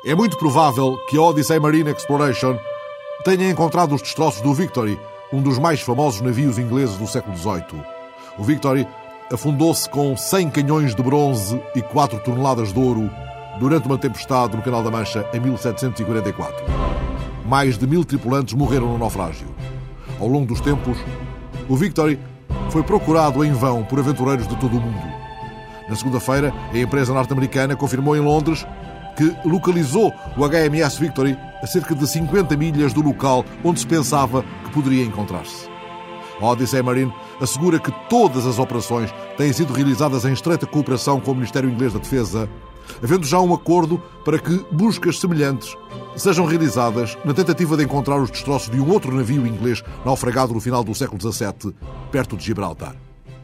É muito provável que a Odyssey Marine Exploration tenha encontrado os destroços do Victory, um dos mais famosos navios ingleses do século XVIII. O Victory afundou-se com 100 canhões de bronze e 4 toneladas de ouro durante uma tempestade no Canal da Mancha em 1744. Mais de 1000 tripulantes morreram no naufrágio. Ao longo dos tempos, o Victory foi procurado em vão por aventureiros de todo o mundo. Na segunda-feira, a empresa norte-americana confirmou em Londres que localizou o HMS Victory a cerca de 50 milhas do local onde se pensava que poderia encontrar-se. A Odyssey Marine assegura que todas as operações têm sido realizadas em estreita cooperação com o Ministério Inglês da Defesa, havendo já um acordo para que buscas semelhantes sejam realizadas na tentativa de encontrar os destroços de um outro navio inglês naufragado no final do século XVII, perto de Gibraltar.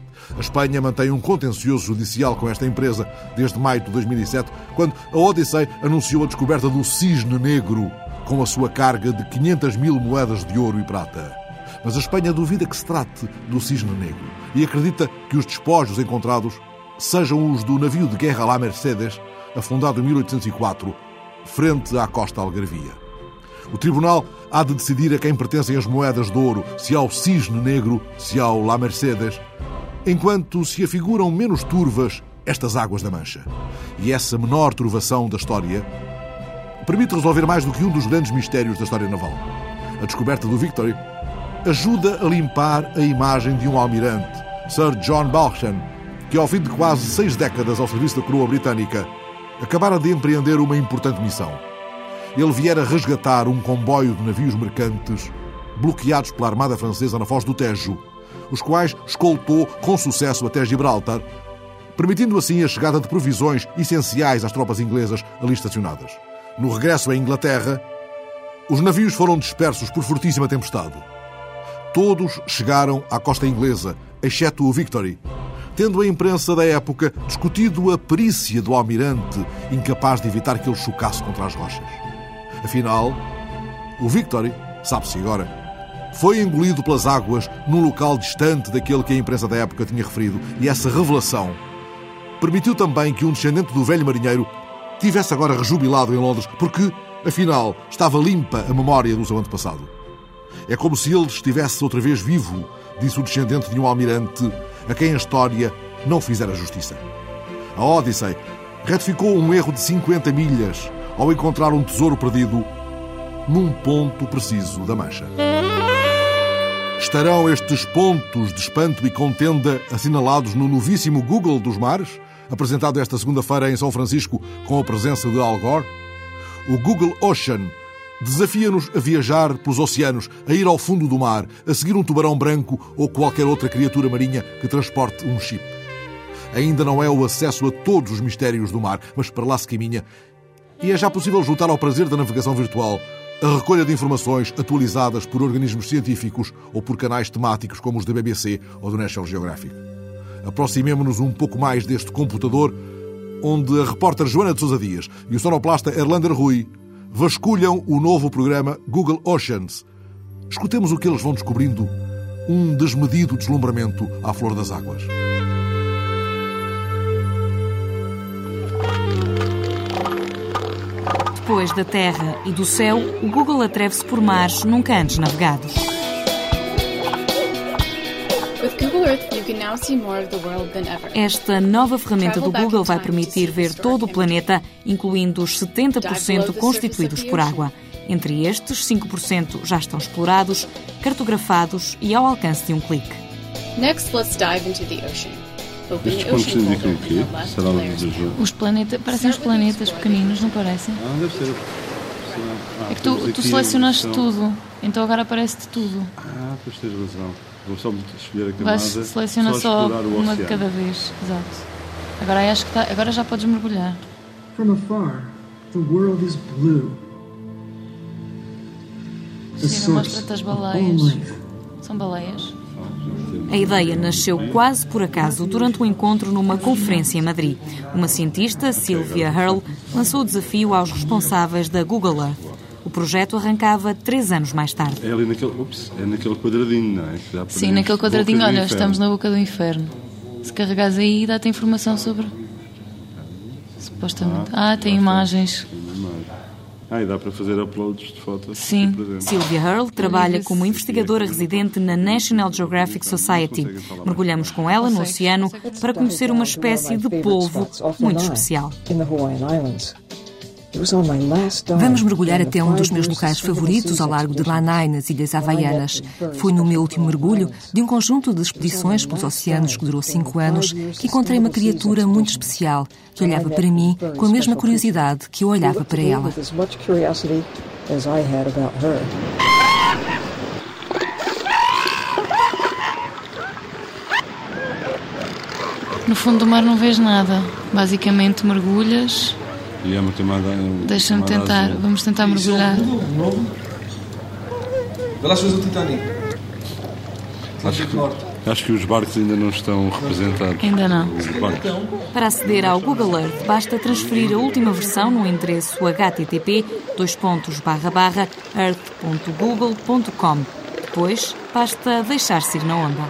A Espanha mantém um contencioso judicial com esta empresa desde maio de 2007, quando a Odyssey anunciou a descoberta do Cisne Negro, com a sua carga de 500 mil moedas de ouro e prata. Mas a Espanha duvida que se trate do Cisne Negro e acredita que os despojos encontrados sejam os do navio de guerra La Mercedes, afundado em 1804, frente à costa algarvia. O tribunal há de decidir a quem pertencem as moedas de ouro, se ao Cisne Negro, se ao La Mercedes, enquanto se afiguram menos turvas estas águas da Mancha. E essa menor turvação da história permite resolver mais do que um dos grandes mistérios da história naval. A descoberta do Victory ajuda a limpar a imagem de um almirante, Sir John Balchan, que ao fim de quase 6 décadas ao serviço da coroa britânica, acabara de empreender uma importante missão. Ele viera resgatar um comboio de navios mercantes bloqueados pela Armada Francesa na Foz do Tejo, os quais escoltou com sucesso até Gibraltar, permitindo assim a chegada de provisões essenciais às tropas inglesas ali estacionadas. No regresso à Inglaterra, os navios foram dispersos por fortíssima tempestade. Todos chegaram à costa inglesa, exceto o Victory, tendo a imprensa da época discutido a perícia do almirante, incapaz de evitar que ele chocasse contra as rochas. Afinal, o Victory, sabe-se agora, foi engolido pelas águas num local distante daquele que a imprensa da época tinha referido, e essa revelação permitiu também que um descendente do velho marinheiro tivesse agora rejubilado em Londres, porque, afinal, estava limpa a memória do seu antepassado. É como se ele estivesse outra vez vivo, disse o descendente de um almirante a quem a história não fizera justiça. A Odyssey retificou um erro de 50 milhas ao encontrar um tesouro perdido num ponto preciso da Mancha. Estarão estes pontos de espanto e contenda assinalados no novíssimo Google dos Mares, apresentado esta segunda-feira em São Francisco com a presença de Al Gore? O Google Ocean desafia-nos a viajar pelos oceanos, a ir ao fundo do mar, a seguir um tubarão branco ou qualquer outra criatura marinha que transporte um chip. Ainda não é o acesso a todos os mistérios do mar, mas para lá se caminha, e é já possível juntar ao prazer da navegação virtual a recolha de informações atualizadas por organismos científicos ou por canais temáticos como os da BBC ou do National Geographic. Aproximemo-nos um pouco mais deste computador, onde a repórter Joana de Sousa Dias e o sonoplasta Erlander Rui vasculham o novo programa Google Oceans. Escutemos o que eles vão descobrindo, um desmedido deslumbramento à flor das águas. Depois da terra e do céu, o Google atreve-se por mares nunca antes navegados. Esta nova ferramenta do Google vai permitir ver todo o planeta, incluindo os 70% constituídos por água. Entre estes, 5% já estão explorados, cartografados e ao alcance de um clique. Next, let's dive into the ocean. Estes pontos indicam o quê? Será o jogo? Os planetas, parecem os planetas pequeninos, não parecem? Deve ser. É que tu selecionaste tudo, então agora aparece-te tudo. Pois tens razão. Vou só escolher a camada. Seleciona só uma de cada vez. Exato. Agora acho que agora já podes mergulhar. From afar, the world is blue. Chega, mostra-te as baleias. São baleias? A ideia nasceu quase por acaso durante um encontro numa conferência em Madrid. Uma cientista, Sylvia Earle, lançou o desafio aos responsáveis da Google Earth. O projeto arrancava 3 anos mais tarde. É ali naquele quadradinho, não é? Sim, naquele quadradinho. Olha, estamos na boca do inferno. Se carregares aí, dá-te informação sobre... supostamente. Tem imagens. E dá para fazer uploads de fotos. Sim. Sylvia Earle trabalha como investigadora residente na National Geographic Society. Mergulhamos com ela no oceano para conhecer uma espécie de polvo muito especial. Vamos mergulhar até um dos meus locais favoritos ao largo de Lanai, nas Ilhas Havaianas. Foi no meu último mergulho de um conjunto de expedições pelos oceanos que durou 5 anos que encontrei uma criatura muito especial que olhava para mim com a mesma curiosidade que eu olhava para ela. No fundo do mar não vês nada. Basicamente mergulhas. E é uma camada. Deixa-me tentar. Vamos tentar mergulhar. Acho que os barcos ainda não estão representados. Ainda não. Para aceder ao Google Earth, basta transferir a última versão no endereço http://earth.google.com. Depois, basta deixar-se ir na onda.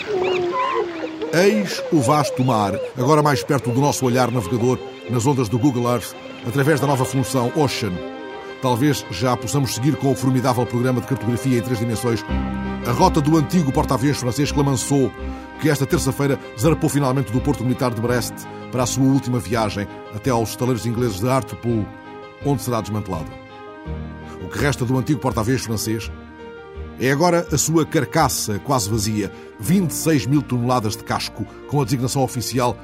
Eis o vasto mar, agora mais perto do nosso olhar navegador nas ondas do Google Earth, através da nova função Ocean. Talvez já possamos seguir com o formidável programa de cartografia em 3 dimensões a rota do antigo porta-aviões francês Clemenceau, que esta terça-feira zarpou finalmente do Porto Militar de Brest para a sua última viagem até aos estaleiros ingleses de Hartlepool, onde será desmantelado. O que resta do antigo porta-aviões francês é agora a sua carcaça quase vazia, 26 mil toneladas de casco, com a designação oficial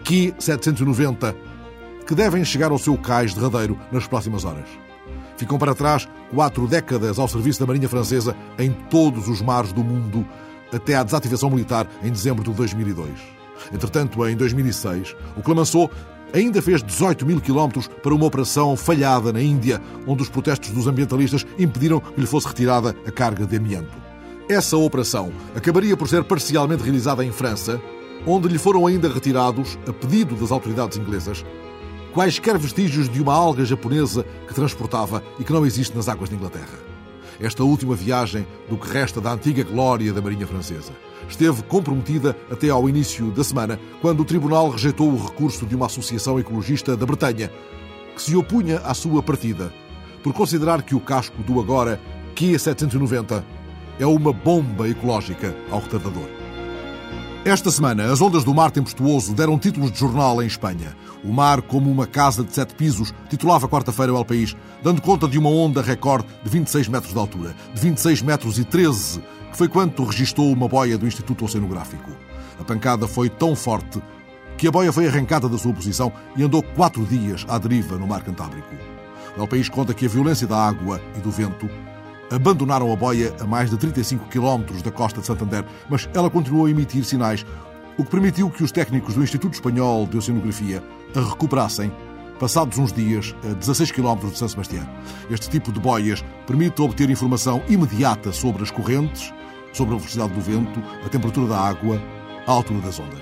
Q790, que devem chegar ao seu cais derradeiro nas próximas horas. Ficam para trás 4 décadas ao serviço da Marinha Francesa em todos os mares do mundo, até à desativação militar em dezembro de 2002. Entretanto, em 2006, o Clemenceau ainda fez 18 mil quilómetros para uma operação falhada na Índia, onde os protestos dos ambientalistas impediram que lhe fosse retirada a carga de amianto. Essa operação acabaria por ser parcialmente realizada em França, onde lhe foram ainda retirados, a pedido das autoridades inglesas, quaisquer vestígios de uma alga japonesa que transportava e que não existe nas águas de Inglaterra. Esta última viagem do que resta da antiga glória da Marinha Francesa esteve comprometida até ao início da semana, quando o Tribunal rejeitou o recurso de uma associação ecologista da Bretanha, que se opunha à sua partida, por considerar que o casco do agora Q790 é uma bomba ecológica ao retardador. Esta semana, as ondas do mar tempestuoso deram títulos de jornal em Espanha. O mar como uma casa de 7 pisos, titulava quarta-feira o El País, dando conta de uma onda recorde de 26 metros de altura, de 26 metros e 13, que foi quanto registou uma boia do Instituto Oceanográfico. A pancada foi tão forte que a boia foi arrancada da sua posição e andou 4 dias à deriva no mar Cantábrico. O El País conta que a violência da água e do vento abandonaram a boia a mais de 35 km da costa de Santander, mas ela continuou a emitir sinais, o que permitiu que os técnicos do Instituto Espanhol de Oceanografia a recuperassem, passados uns dias, a 16 km de São Sebastião. Este tipo de boias permite obter informação imediata sobre as correntes, sobre a velocidade do vento, a temperatura da água, a altura das ondas.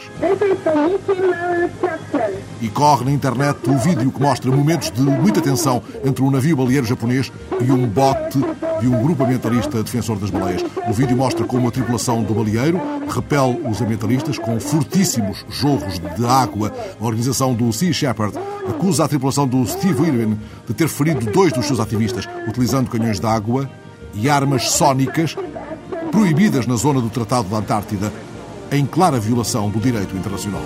E corre na internet o vídeo que mostra momentos de muita tensão entre um navio baleeiro japonês e um bote de um grupo ambientalista defensor das baleias. O vídeo mostra como a tripulação do baleeiro repele os ambientalistas com fortíssimos jorros de água. A organização do Sea Shepherd acusa a tripulação do Steve Irwin de ter ferido 2 dos seus ativistas, utilizando canhões de água e armas sónicas proibidas na zona do Tratado da Antártida, em clara violação do direito internacional.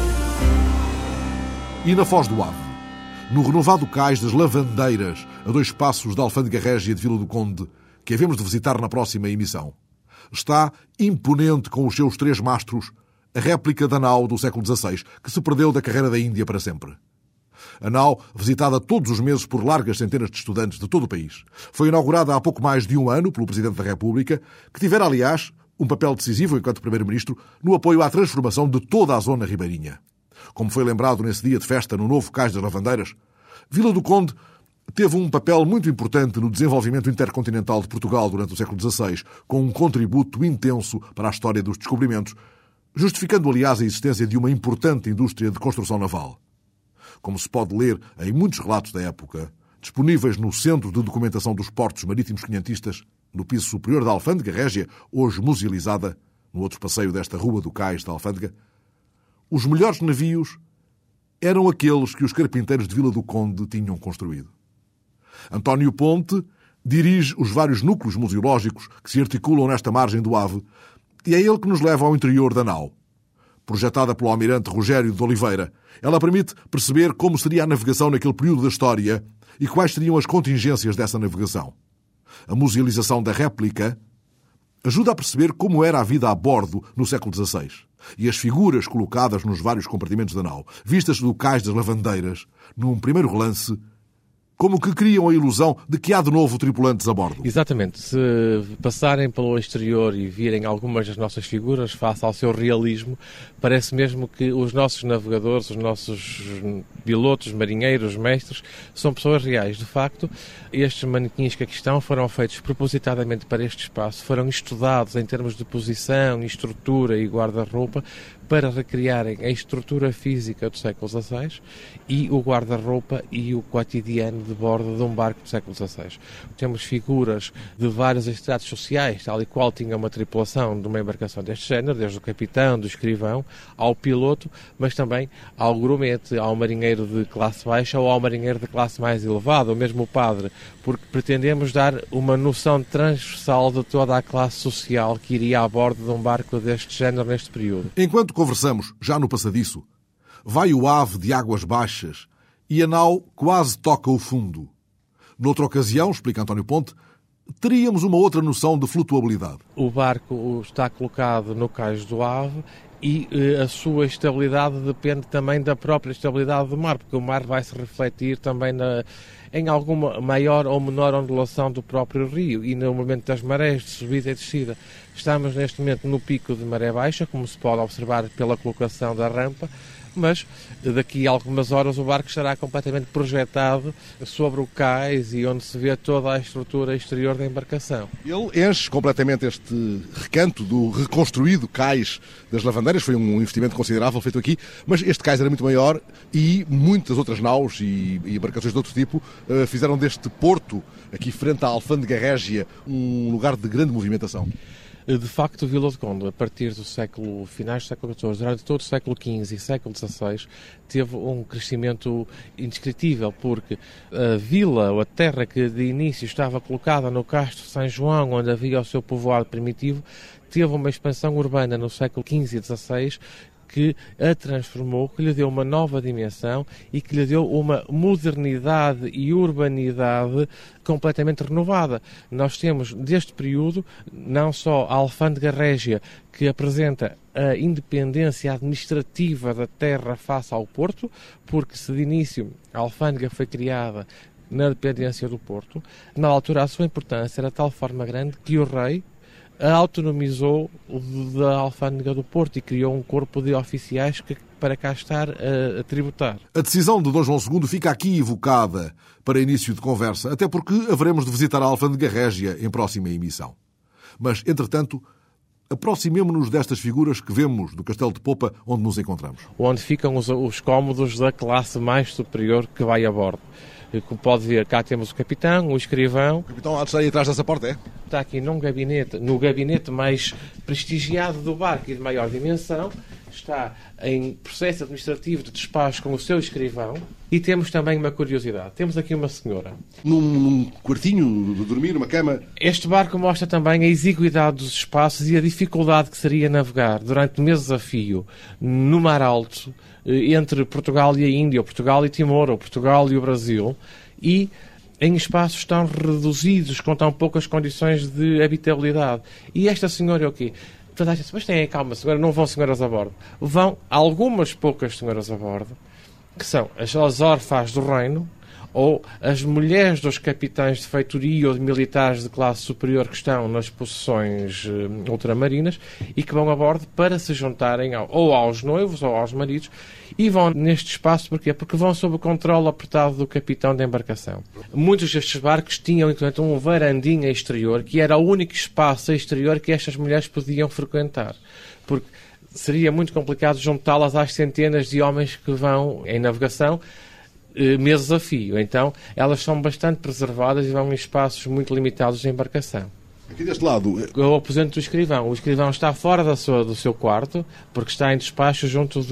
E na Foz do Ave, no renovado cais das Lavandeiras, a 2 passos da Alfândega Régia de Vila do Conde, que havemos de visitar na próxima emissão, está imponente com os seus 3 mastros a réplica da nau do século XVI, que se perdeu da carreira da Índia para sempre. A nau, visitada todos os meses por largas centenas de estudantes de todo o país, foi inaugurada há pouco mais de um ano pelo Presidente da República, que tivera, aliás, um papel decisivo enquanto Primeiro-Ministro no apoio à transformação de toda a zona ribeirinha. Como foi lembrado nesse dia de festa no novo Cais das Lavandeiras, Vila do Conde teve um papel muito importante no desenvolvimento intercontinental de Portugal durante o século XVI, com um contributo intenso para a história dos descobrimentos, justificando, aliás, a existência de uma importante indústria de construção naval. Como se pode ler em muitos relatos da época, disponíveis no Centro de Documentação dos Portos Marítimos Quinhentistas, no piso superior da Alfândega Régia, hoje musealizada, no outro passeio desta Rua do Cais da Alfândega, os melhores navios eram aqueles que os carpinteiros de Vila do Conde tinham construído. António Ponte dirige os vários núcleos museológicos que se articulam nesta margem do Ave e é ele que nos leva ao interior da nau. Projetada pelo almirante Rogério de Oliveira, ela permite perceber como seria a navegação naquele período da história e quais seriam as contingências dessa navegação. A musealização da réplica ajuda a perceber como era a vida a bordo no século XVI e as figuras colocadas nos vários compartimentos da nau, vistas do cais das lavandeiras, num primeiro relance, como que criam a ilusão de que há de novo tripulantes a bordo. Exatamente. Se passarem pelo exterior e virem algumas das nossas figuras face ao seu realismo, parece mesmo que os nossos navegadores, os nossos pilotos, marinheiros, mestres, são pessoas reais. De facto, estes manequins que aqui estão foram feitos propositadamente para este espaço, foram estudados em termos de posição, estrutura e guarda-roupa, para recriarem a estrutura física do século XVI e o guarda-roupa e o cotidiano de bordo de um barco do século XVI. Temos figuras de vários estratos sociais, tal e qual tinha uma tripulação de uma embarcação deste género, desde o capitão, do escrivão, ao piloto, mas também ao grumete, ao marinheiro de classe baixa ou ao marinheiro de classe mais elevada, ou mesmo o padre, porque pretendemos dar uma noção transversal de toda a classe social que iria a bordo de um barco deste género neste período. Enquanto conversamos, já no passadiço, vai o Ave de águas baixas e a nau quase toca o fundo. Noutra ocasião, explica António Ponte, teríamos uma outra noção de flutuabilidade. O barco está colocado no cais do Ave e a sua estabilidade depende também da própria estabilidade do mar, porque o mar vai se refletir também em alguma maior ou menor ondulação do próprio rio e no momento das marés de subida e descida. Estamos neste momento no pico de maré baixa, como se pode observar pela colocação da rampa, mas daqui a algumas horas o barco estará completamente projetado sobre o cais e onde se vê toda a estrutura exterior da embarcação. Ele enche completamente este recanto do reconstruído cais das lavandeiras, foi um investimento considerável feito aqui, mas este cais era muito maior e muitas outras naus e embarcações de outro tipo fizeram deste porto, aqui frente à Alfândega Régia, um lugar de grande movimentação. De facto, Vila do Conde, a partir do finais do século XIV, durante todo o século XV e século XVI, teve um crescimento indescritível, porque a vila, ou a terra que de início estava colocada no Castro de São João, onde havia o seu povoado primitivo, teve uma expansão urbana no século XV e XVI, que a transformou, que lhe deu uma nova dimensão e que lhe deu uma modernidade e urbanidade completamente renovada. Nós temos, deste período, não só a Alfândega Régia, que apresenta a independência administrativa da terra face ao Porto, porque se de início a Alfândega foi criada na dependência do Porto, na altura a sua importância era de tal forma grande que o rei a autonomizou da Alfândega do Porto e criou um corpo de oficiais que para cá estar a tributar. A decisão de Dom João II fica aqui evocada para início de conversa, até porque haveremos de visitar a Alfândega Régia em próxima emissão. Mas, entretanto, aproximemo-nos destas figuras que vemos do Castelo de Popa, onde nos encontramos. Onde ficam os cômodos da classe mais superior que vai a bordo. Como pode ver, cá temos o capitão, o escrivão. O capitão está aí atrás dessa porta, é? Está aqui no gabinete mais prestigiado do barco e de maior dimensão. Está em processo administrativo de despacho com o seu escrivão. E temos também uma curiosidade. Temos aqui uma senhora. Num quartinho de dormir, uma cama. Este barco mostra também a exiguidade dos espaços e a dificuldade que seria navegar durante meses a fio no mar alto, entre Portugal e a Índia, ou Portugal e Timor, ou Portugal e o Brasil, e em espaços tão reduzidos, com tão poucas condições de habitabilidade. E esta senhora é o quê? Toda a gente diz, mas tenha calma, senhora, não vão senhoras a bordo. Vão algumas poucas senhoras a bordo, que são as órfãs do reino, ou as mulheres dos capitães de feitoria ou de militares de classe superior que estão nas possessões ultramarinas e que vão a bordo para se juntarem ou aos noivos ou aos maridos e vão neste espaço, porquê? Porque vão sob o controle apertado do capitão da embarcação. Muitos destes barcos tinham, inclusive, um varandinha exterior, que era o único espaço exterior que estas mulheres podiam frequentar, porque seria muito complicado juntá-las às centenas de homens que vão em navegação meses a fio. Então, elas são bastante preservadas e vão em espaços muito limitados de embarcação. Aqui deste lado... O aposento do escrivão. O escrivão está fora do seu quarto, porque está em despacho junto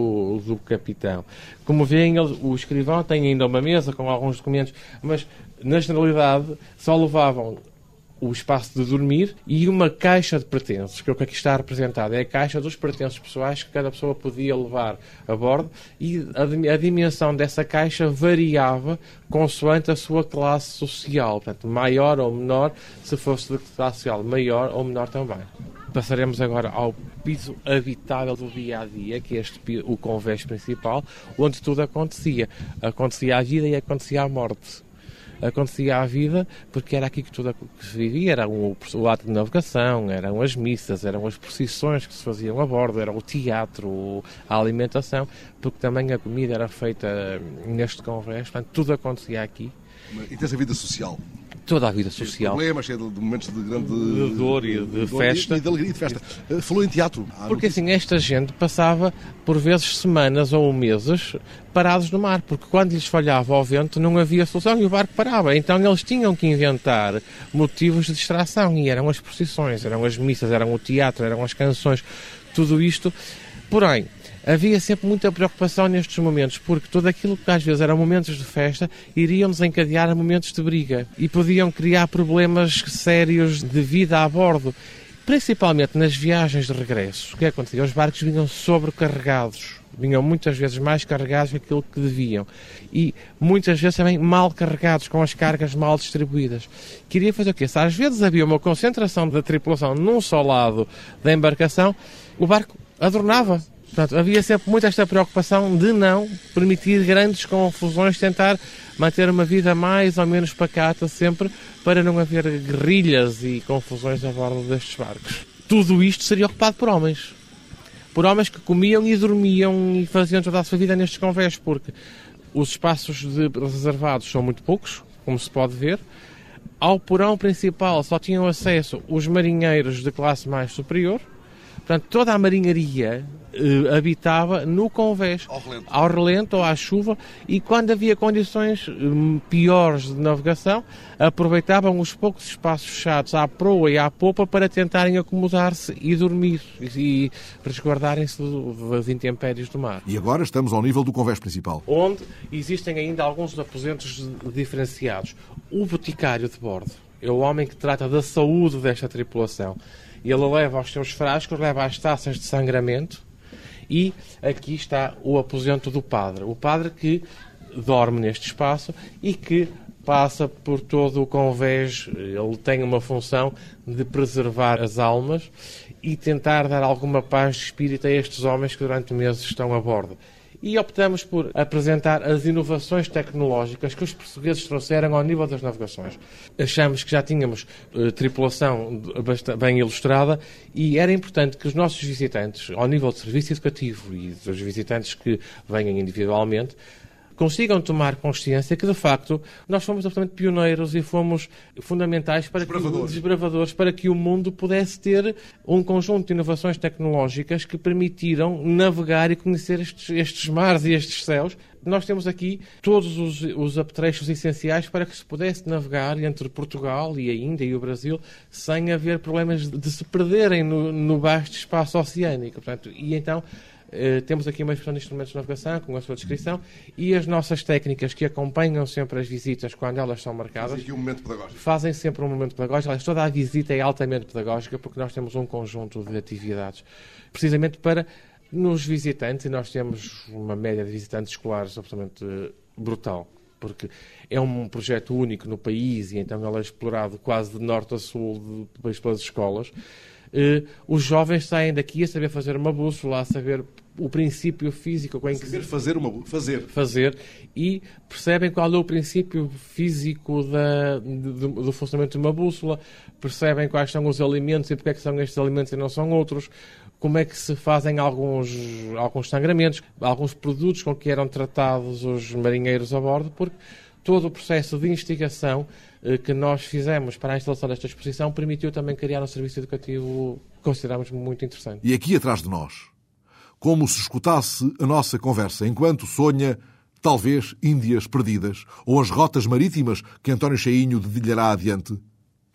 do capitão. Como veem, o escrivão tem ainda uma mesa com alguns documentos, mas, na generalidade, só levavam o espaço de dormir e uma caixa de pertences, que é o que aqui está representado. É a caixa dos pertences pessoais que cada pessoa podia levar a bordo, e a dimensão dessa caixa variava consoante a sua classe social. Portanto, maior ou menor, se fosse de classe social, maior ou menor também. Passaremos agora ao piso habitável do dia-a-dia, que é o convés principal, onde tudo acontecia. Acontecia a vida e acontecia a morte. Acontecia a vida, porque era aqui que tudo se vivia, era o ato de navegação, eram as missas, eram as procissões que se faziam a bordo, era o teatro, a alimentação, porque também a comida era feita neste convés, portanto, tudo acontecia aqui. Uma intensa vida social. Toda a vida social. Problemas, cheio de momentos de grande de dor e de festa. E de alegria e de festa. Falou em teatro. Porque assim, esta gente passava, por vezes, semanas ou meses parados no mar, porque quando lhes falhava o vento não havia solução e o barco parava. Então eles tinham que inventar motivos de distração, e eram as procissões, eram as missas, eram o teatro, eram as canções, tudo isto. Porém, havia sempre muita preocupação nestes momentos, porque tudo aquilo que às vezes eram momentos de festa iriam desencadear a momentos de briga e podiam criar problemas sérios de vida a bordo. Principalmente nas viagens de regresso. O que acontecia? Os barcos vinham sobrecarregados. Vinham muitas vezes mais carregados do que aquilo que deviam. E muitas vezes também mal carregados, com as cargas mal distribuídas. Queria fazer o quê? Se às vezes havia uma concentração da tripulação num só lado da embarcação, o barco adornava. Portanto, havia sempre muito esta preocupação de não permitir grandes confusões, tentar manter uma vida mais ou menos pacata sempre, para não haver guerrilhas e confusões a bordo destes barcos. Tudo isto seria ocupado por homens. Por homens que comiam e dormiam e faziam toda a sua vida nestes convés, porque os espaços reservados são muito poucos, como se pode ver. Ao porão principal só tinham acesso os marinheiros de classe mais superior. Portanto, toda a marinharia habitava no convés, ao relento ou à chuva, e quando havia condições piores de navegação, aproveitavam os poucos espaços fechados à proa e à popa para tentarem acomodar-se e dormir e resguardarem-se das intempéries do mar. E agora estamos ao nível do convés principal, onde existem ainda alguns aposentos diferenciados. O boticário de bordo é o homem que trata da saúde desta tripulação. Ele leva os seus frascos, leva as taças de sangramento, e aqui está o aposento do padre. O padre que dorme neste espaço e que passa por todo o convés. Ele tem uma função de preservar as almas e tentar dar alguma paz de espírito a estes homens que durante meses estão a bordo. E optamos por apresentar as inovações tecnológicas que os portugueses trouxeram ao nível das navegações. Achamos que já tínhamos tripulação bem ilustrada, e era importante que os nossos visitantes, ao nível de serviço educativo e dos visitantes que venham individualmente, consigam tomar consciência que, de facto, nós fomos absolutamente pioneiros e fomos fundamentais para desbravadores, para que o mundo pudesse ter um conjunto de inovações tecnológicas que permitiram navegar e conhecer estes mares e estes céus. Nós temos aqui todos os apetrechos essenciais para que se pudesse navegar entre Portugal e a Índia e o Brasil sem haver problemas de se perderem no vasto espaço oceânico. Portanto, e então temos aqui uma exposição de instrumentos de navegação com a sua descrição, e as nossas técnicas que acompanham sempre as visitas quando elas são marcadas. Aqui um momento pedagógico. Fazem sempre um momento pedagógico. Toda a visita é altamente pedagógica, porque nós temos um conjunto de atividades precisamente para nos visitantes, e nós temos uma média de visitantes escolares absolutamente brutal, porque é um projeto único no país, e então ele é explorado quase de norte a sul pelas escolas. Os jovens saem daqui a saber fazer uma bússola, a saber o princípio físico. Saber fazer uma bússola. Fazer. E percebem qual é o princípio físico do funcionamento de uma bússola, percebem quais são os alimentos e porque é que são estes alimentos e não são outros, como é que se fazem alguns sangramentos, alguns produtos com que eram tratados os marinheiros a bordo, porque todo o processo de investigação que nós fizemos para a instalação desta exposição permitiu também criar um serviço educativo que consideramos muito interessante. E aqui atrás de nós, como se escutasse a nossa conversa enquanto sonha, talvez, Índias perdidas ou as rotas marítimas que António Cheinho dedilhará adiante,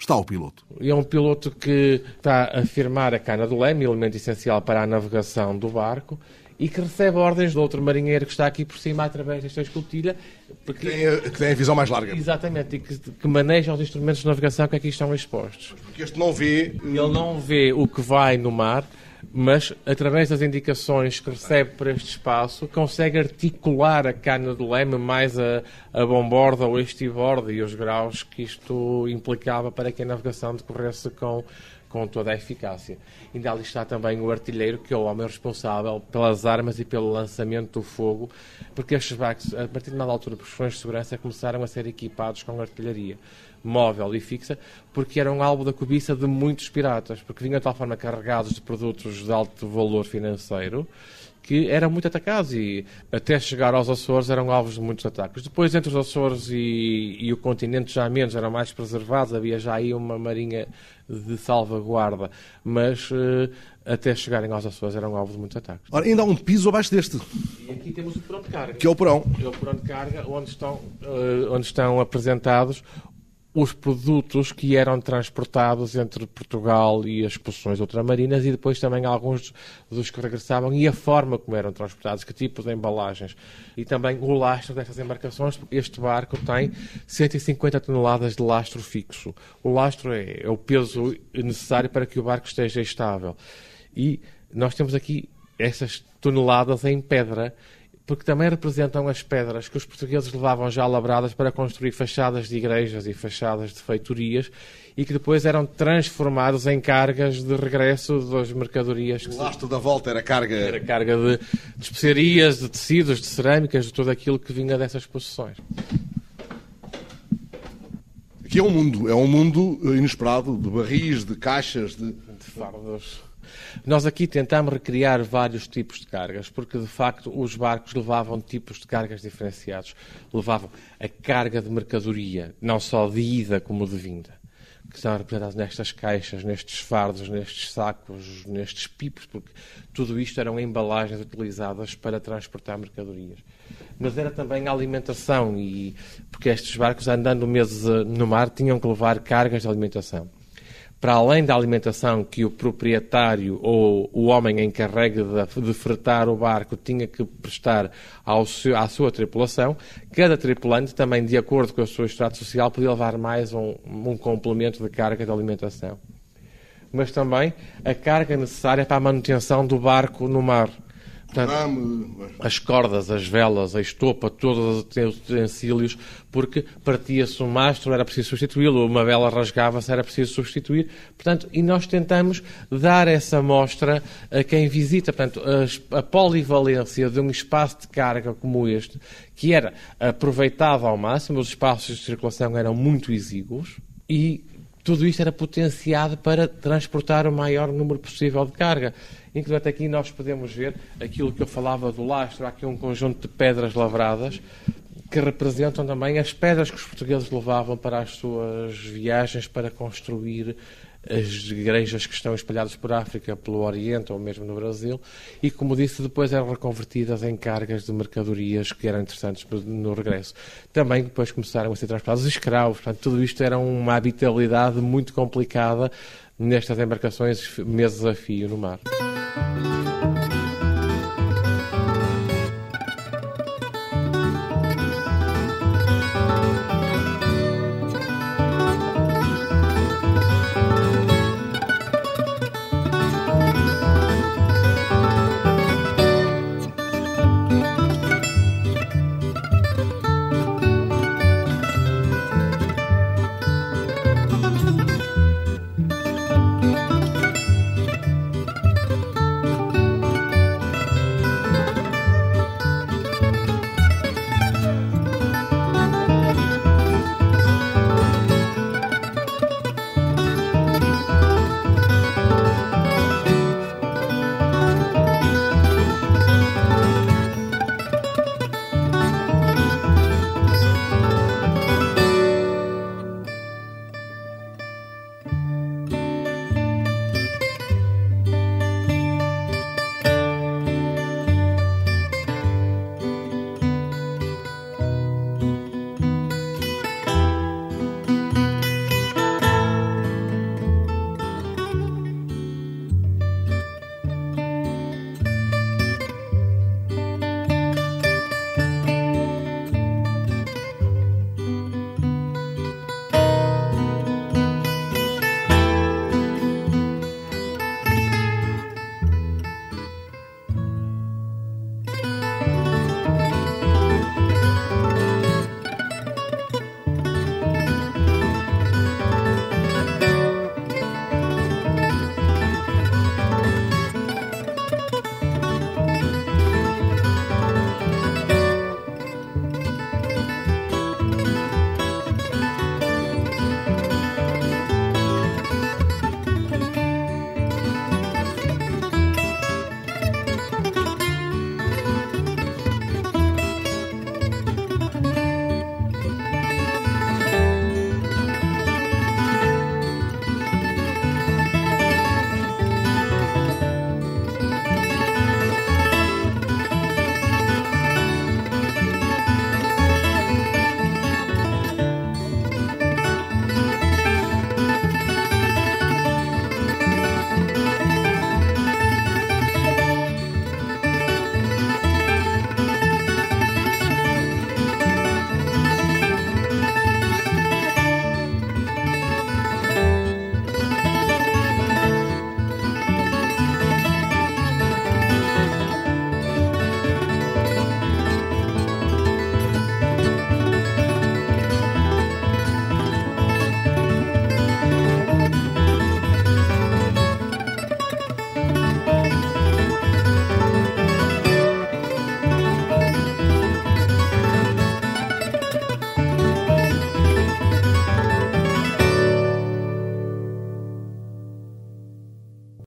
está o piloto. É um piloto que está a firmar a cana do leme, elemento essencial para a navegação do barco, e que recebe ordens de outro marinheiro que está aqui por cima através desta escotilha. Que tem a visão mais larga. Exatamente, e que maneja os instrumentos de navegação que aqui estão expostos. Porque este não vê... Ele não vê o que vai no mar, mas através das indicações que recebe por este espaço, consegue articular a cana do leme mais a bomborda ou a estiborda e os graus que isto implicava para que a navegação decorresse com toda a eficácia. Ainda ali está também o artilheiro, que é o homem responsável pelas armas e pelo lançamento do fogo, porque estes barcos, a partir de uma altura, por questões de segurança, começaram a ser equipados com artilharia móvel e fixa, porque eram alvo da cobiça de muitos piratas, porque vinham de tal forma carregados de produtos de alto valor financeiro, que eram muito atacados e até chegar aos Açores eram alvos de muitos ataques. Depois, entre os Açores e o continente já menos, eram mais preservados, havia já aí uma marinha de salvaguarda, mas até chegarem aos Açores eram alvos de muitos ataques. Ora, ainda há um piso abaixo deste. E aqui temos o porão de carga. Que é o porão. É o porão de carga onde estão apresentados os produtos que eram transportados entre Portugal e as posições ultramarinas e depois também alguns dos que regressavam e a forma como eram transportados, que tipo de embalagens. E também o lastro destas embarcações. Este barco tem 150 toneladas de lastro fixo. O lastro é o peso necessário para que o barco esteja estável. E nós temos aqui essas toneladas em pedra, porque também representam as pedras que os portugueses levavam já labradas para construir fachadas de igrejas e fachadas de feitorias e que depois eram transformados em cargas de regresso das mercadorias. O lastro da volta era carga... Era carga de especiarias, de tecidos, de cerâmicas, de tudo aquilo que vinha dessas posições. Aqui é um mundo inesperado, de barris, de caixas, de fardos. Nós aqui tentamos recriar vários tipos de cargas, porque de facto os barcos levavam tipos de cargas diferenciados. Levavam a carga de mercadoria, não só de ida como de vinda, que são representados nestas caixas, nestes fardos, nestes sacos, nestes pipos, porque tudo isto eram embalagens utilizadas para transportar mercadorias. Mas era também a alimentação, porque estes barcos, andando meses no mar, tinham que levar cargas de alimentação. Para além da alimentação que o proprietário ou o homem encarregue de fretar o barco tinha que prestar à sua tripulação, cada tripulante também, de acordo com o seu extrato social, podia levar mais um complemento de carga de alimentação. Mas também a carga necessária para a manutenção do barco no mar. Portanto, as cordas, as velas, a estopa, todos os utensílios, porque partia-se um mastro, era preciso substituí-lo, uma vela rasgava-se, era preciso substituir. Portanto, e nós tentamos dar essa mostra a quem visita, portanto, a polivalência de um espaço de carga como este, que era aproveitado ao máximo, os espaços de circulação eram muito exíguos e tudo isto era potenciado para transportar o maior número possível de carga. Inclusive aqui nós podemos ver aquilo que eu falava do lastro. Há aqui um conjunto de pedras lavradas que representam também as pedras que os portugueses levavam para as suas viagens para construir as igrejas que estão espalhadas por África, pelo Oriente ou mesmo no Brasil, e, como disse, depois eram reconvertidas em cargas de mercadorias que eram interessantes no regresso. Também depois começaram a ser transportados escravos, portanto, tudo isto era uma habitabilidade muito complicada nestas embarcações meses a fio no mar.